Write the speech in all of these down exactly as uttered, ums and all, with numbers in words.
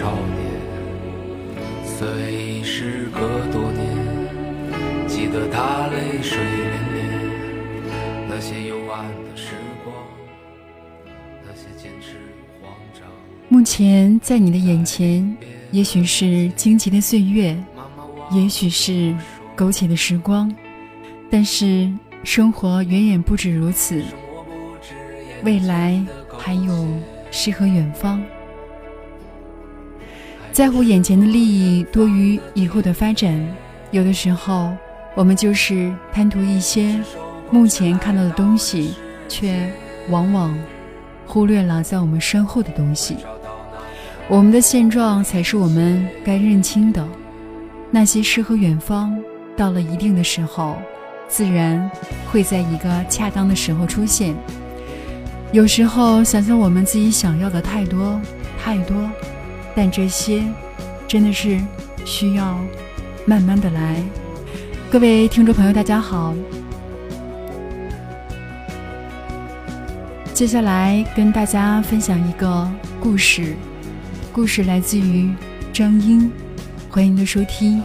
少年，虽时隔多年，记得他泪水涟涟，那些幽暗的时光，那些坚持与慌张。 目前在你的眼前，也许是荆棘的岁月，也许是苟且的时光，但是生活远远不止如此，未来还有诗和远方。在乎眼前的利益多于以后的发展，有的时候我们就是贪图一些目前看到的东西，却往往忽略了在我们身后的东西。我们的现状才是我们该认清的，那些诗和远方到了一定的时候，自然会在一个恰当的时候出现。有时候想想我们自己想要的太多太多，但这些真的是需要慢慢的来。各位听众朋友大家好，接下来跟大家分享一个故事，故事来自于张英，欢迎您的收听。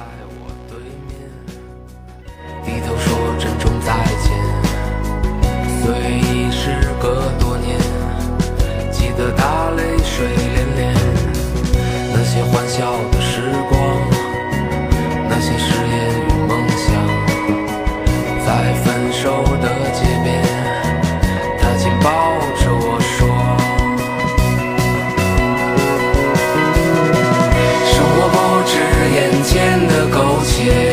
低头说珍重再见，虽已时隔多年，记得他泪水涟涟，那些欢笑的时光，那些誓言与梦想，在分手的街边，他紧抱着我说，生活不止眼前的苟且，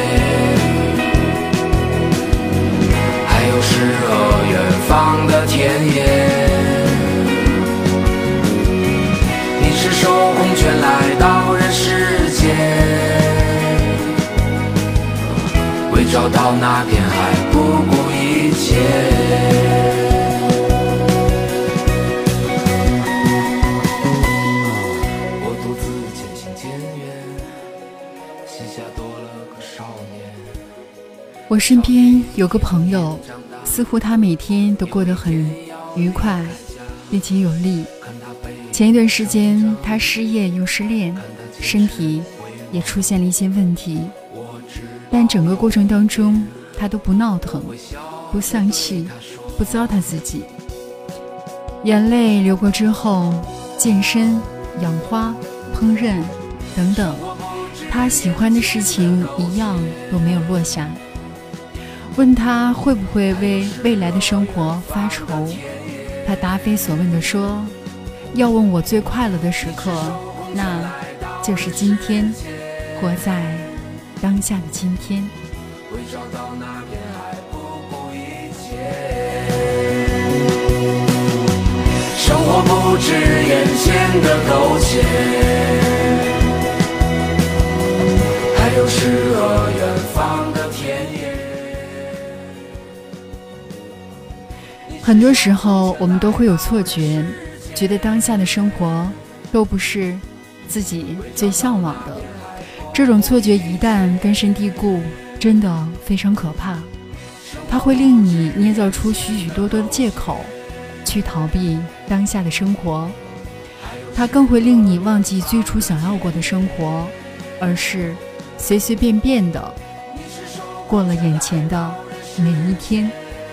还有诗和远方的田野。你是受空圈来到人世间，为找到那片海不顾一切。我独自渐行渐远，膝下多了个少年。 我身边有个朋友，似乎他每天都过得很愉快并且有力。前一段时间他失业又失恋，身体也出现了一些问题，但整个过程当中他都不闹腾，不丧气，不糟蹋自己。眼泪流过之后，健身、养花、烹饪等等他喜欢的事情一样都没有落下。问他会不会为未来的生活发愁，他答非所问地说，要问我最快乐的时刻，那就是今天，活在当下的今天。 为找到那片海不顾一切，生活不止眼前的苟且，还有诗和远方的田野。 很多时候我们都会有错觉，觉得当下的生活都不是自己最向往的。这种错觉一旦根深蒂固，真的非常可怕。它会令你捏造出许许多多的借口，去逃避当下的生活。它更会令你忘记最初想要过的生活，而是随随便便的过了眼前的每一天。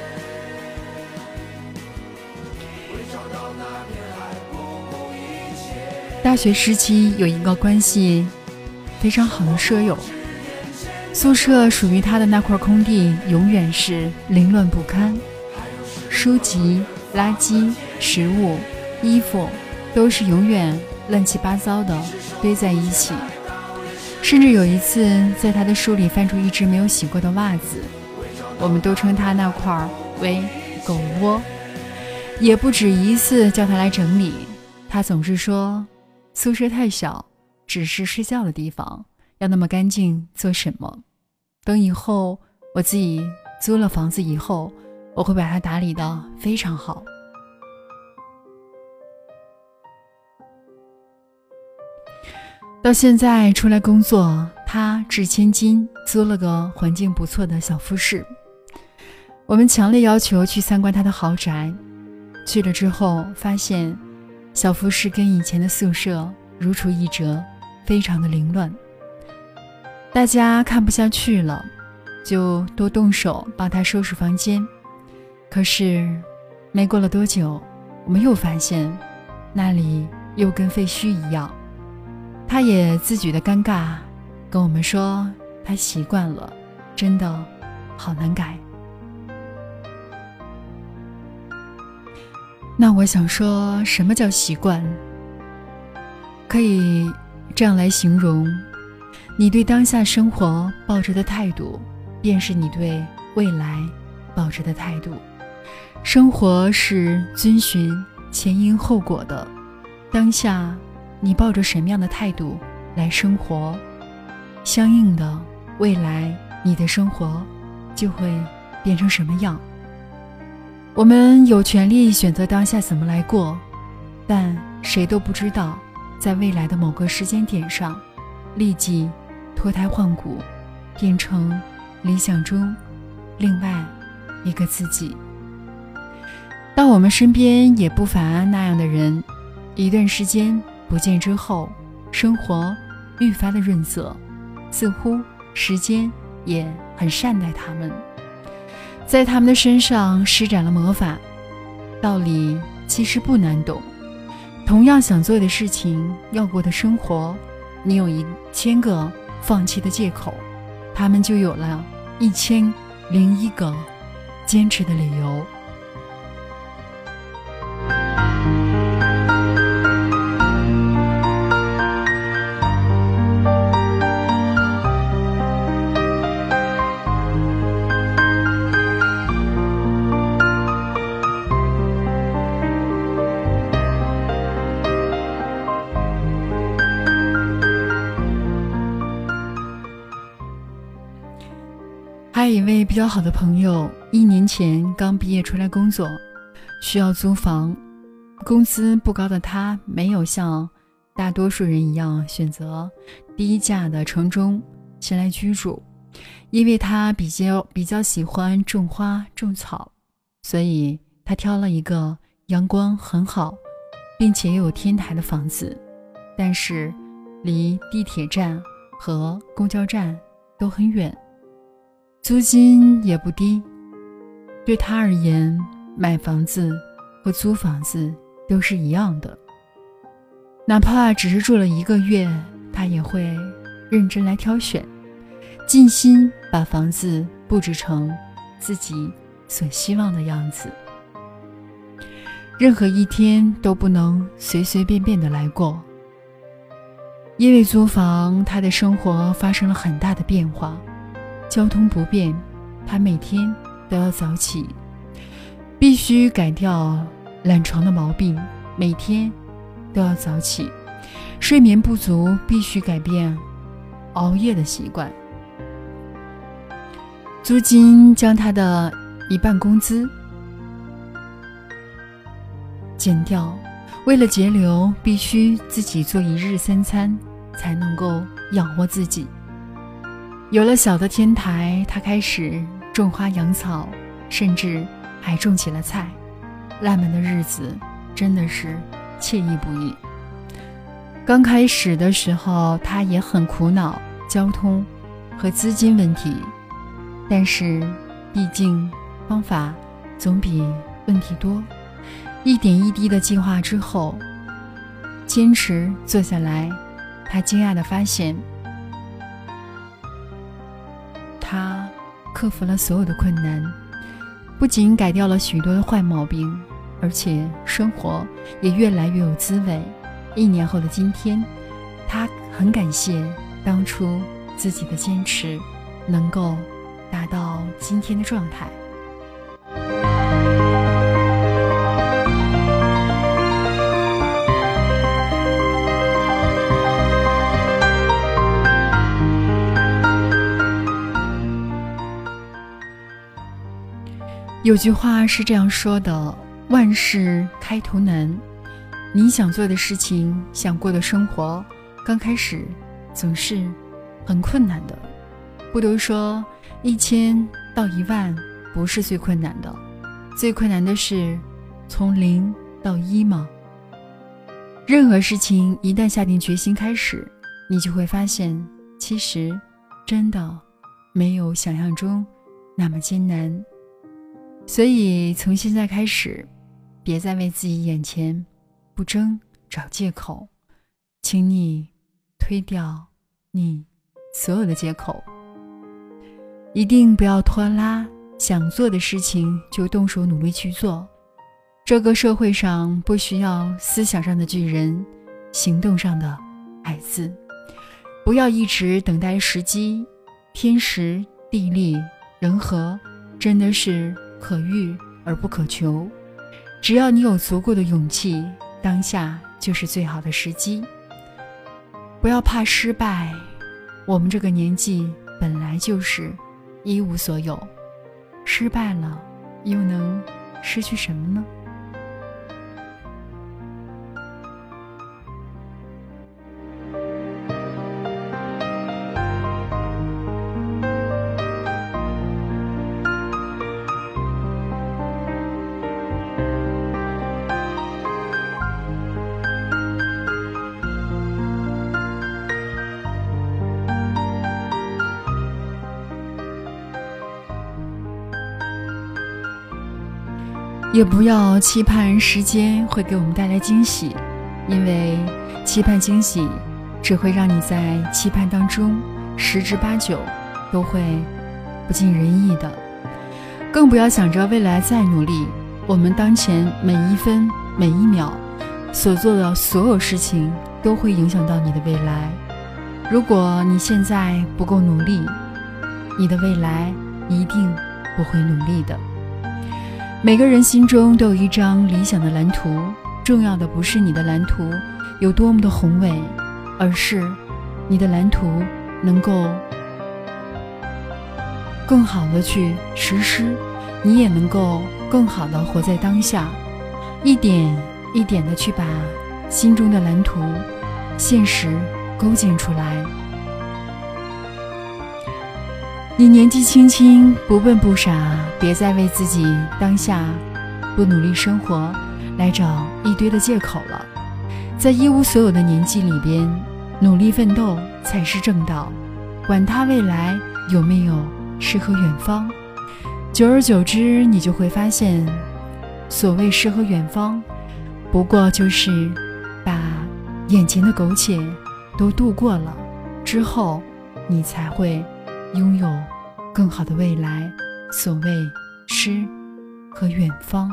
大学时期有一个关系非常好的舍友，宿舍属于他的那块空地永远是凌乱不堪，书籍、垃圾、食物、衣服都是永远乱七八糟的堆在一起。甚至有一次在他的书里翻出一只没有洗过的袜子，我们都称他那块为狗窝。也不止一次叫他来整理，他总是说宿舍太小，只是睡觉的地方，要那么干净做什么？等以后我自己租了房子以后，我会把它打理得非常好。到现在出来工作，他值千金，租了个环境不错的小复式。我们强烈要求去参观他的豪宅，去了之后发现小复式跟以前的宿舍如出一辙，非常的凌乱。大家看不下去了，就多动手帮他收拾房间。可是没过了多久，我们又发现那里又跟废墟一样。他也自觉的尴尬，跟我们说他习惯了，真的好难改。那我想说，什么叫习惯？可以这样来形容，你对当下生活抱着的态度，便是你对未来抱着的态度。生活是遵循前因后果的，当下你抱着什么样的态度来生活，相应的未来你的生活就会变成什么样。我们有权利选择当下怎么来过，但谁都不知道在未来的某个时间点上立即脱胎换骨，变成理想中另外一个自己。当我们身边也不乏那样的人，一段时间不见之后，生活愈发的润泽，似乎时间也很善待他们，在他们的身上施展了魔法。道理其实不难懂，同样想做的事情，要过的生活，你有一千个放弃的借口，他们就有了一千零一个坚持的理由。还有一位比较好的朋友，一年前刚毕业出来工作，需要租房，工资不高的他没有像大多数人一样选择低价的城中前来居住，因为他比较比较喜欢种花种草，所以他挑了一个阳光很好并且又有天台的房子，但是离地铁站和公交站都很远，租金也不低。对他而言，买房子和租房子都是一样的，哪怕只是住了一个月，他也会认真来挑选，尽心把房子布置成自己所希望的样子。任何一天都不能随随便便的来过，因为租房，他的生活发生了很大的变化。交通不便，他每天都要早起，必须改掉懒床的毛病，每天都要早起。睡眠不足，必须改变熬夜的习惯。租金将他的一半工资减掉，为了节流，必须自己做一日三餐，才能够养活自己。有了小的天台，他开始种花养草，甚至还种起了菜。烂漫的日子真的是惬意不已。刚开始的时候，他也很苦恼交通和资金问题，但是毕竟方法总比问题多。一点一滴的计划之后，坚持做下来，他惊讶地发现，他克服了所有的困难，不仅改掉了许多的坏毛病，而且生活也越来越有滋味。一年后的今天，他很感谢当初自己的坚持，能够达到今天的状态。有句话是这样说的，万事开头难。你想做的事情，想过的生活，刚开始总是很困难的。不都说一千到一万不是最困难的，最困难的是从零到一吗？ 任何事情一旦下定决心开始，你就会发现，其实真的没有想象中那么艰难。所以从现在开始，别再为自己眼前不争找借口，请你推掉你所有的借口，一定不要拖拉，想做的事情就动手努力去做。这个社会上不需要思想上的巨人，行动上的矮子。不要一直等待时机，天时地利人和真的是可遇而不可求。只要你有足够的勇气，当下就是最好的时机。不要怕失败，我们这个年纪本来就是一无所有，失败了又能失去什么呢？也不要期盼时间会给我们带来惊喜，因为期盼惊喜只会让你在期盼当中十之八九都会不尽人意的。更不要想着未来再努力，我们当前每一分每一秒所做的所有事情都会影响到你的未来。如果你现在不够努力，你的未来一定不会努力的。每个人心中都有一张理想的蓝图，重要的不是你的蓝图有多么的宏伟，而是你的蓝图能够更好的去实施，你也能够更好的活在当下，一点一点的去把心中的蓝图现实构建出来。你年纪轻轻，不笨不傻，别再为自己当下不努力生活来找一堆的借口了。在一无所有的年纪里边，努力奋斗才是正道，管他未来有没有诗和远方。久而久之，你就会发现，所谓诗和远方，不过就是把眼前的苟且都度过了之后，你才会拥有更好的未来。所谓诗和远方。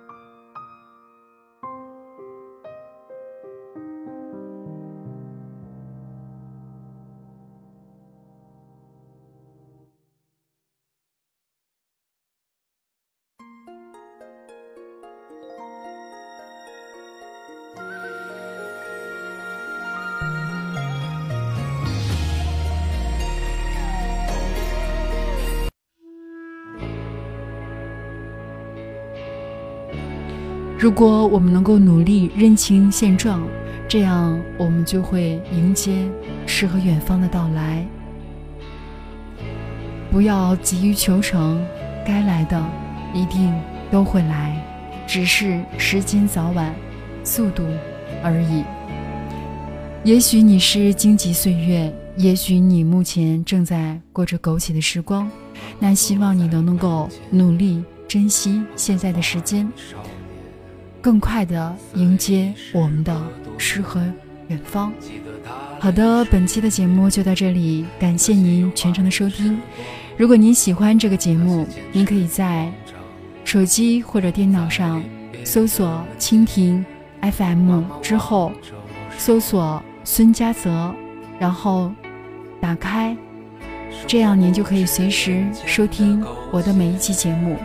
如果我们能够努力认清现状，这样我们就会迎接诗和远方的到来。不要急于求成，该来的一定都会来，只是时间早晚速度而已。也许你是荆棘岁月，也许你目前正在过着苟且的时光，那希望你能能够努力珍惜现在的时间，更快地迎接我们的诗和远方。好的，本期的节目就到这里，感谢您全程的收听。如果您喜欢这个节目，您可以在手机或者电脑上搜索蜻蜓 F M 之后搜索孙家泽，然后打开，这样您就可以随时收听我的每一期节目。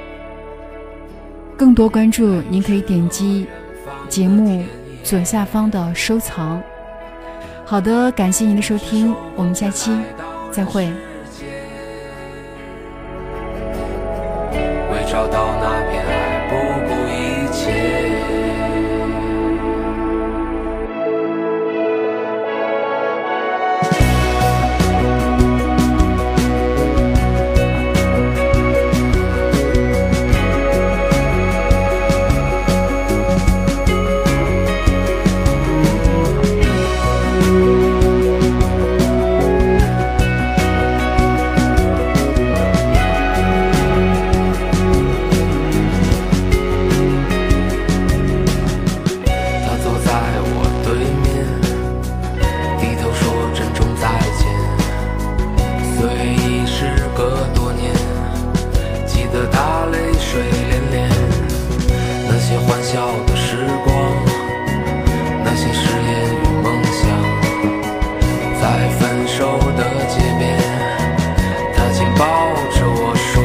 更多关注，您可以点击节目左下方的收藏。好的，感谢您的收听，我们下期再会。 为找到那片爱不顾一切， 笑的时光，那些誓言与梦想，在分手的街边，他紧抱着我说，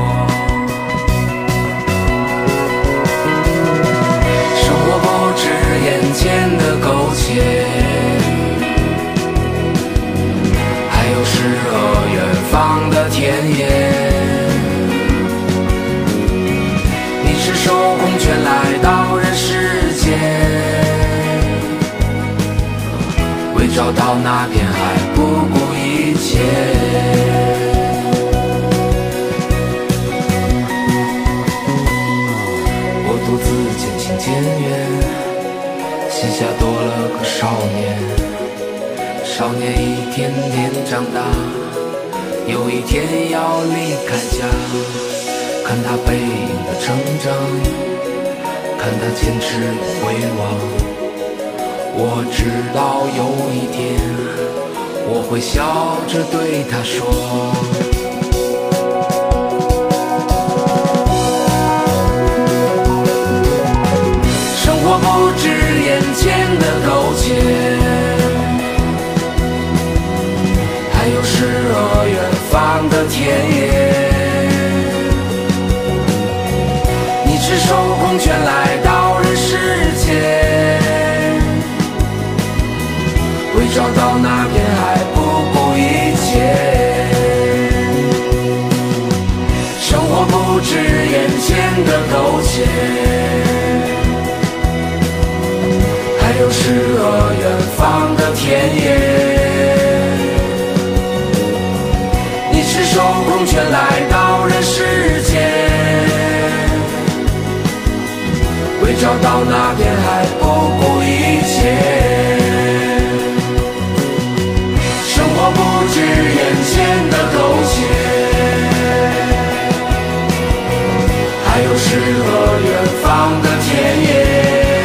生活不止眼前的苟且，还有诗和远方的田野。你是手空拳来到人世间，为找到那片海不顾一切。我独自渐行渐远，膝下多了个少年。少年一天天长大，有一天要离开家。看他背影的成长，看他坚持与回望。我知道有一天，我会笑着对他说，生活不止眼前的苟且，还有诗和远方的田野。你是手空拳来到人世间，为找到那片海不顾一切。生活不止眼前的苟且，还有诗和远方的田野。你是手空拳来到人世间，为找到那片海不顾一切。生活不止眼前的苟且，还有诗和远方的田野。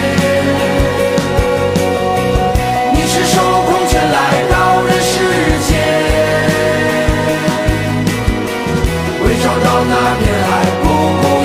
你是手空拳来到人世间，为找到那片海不顾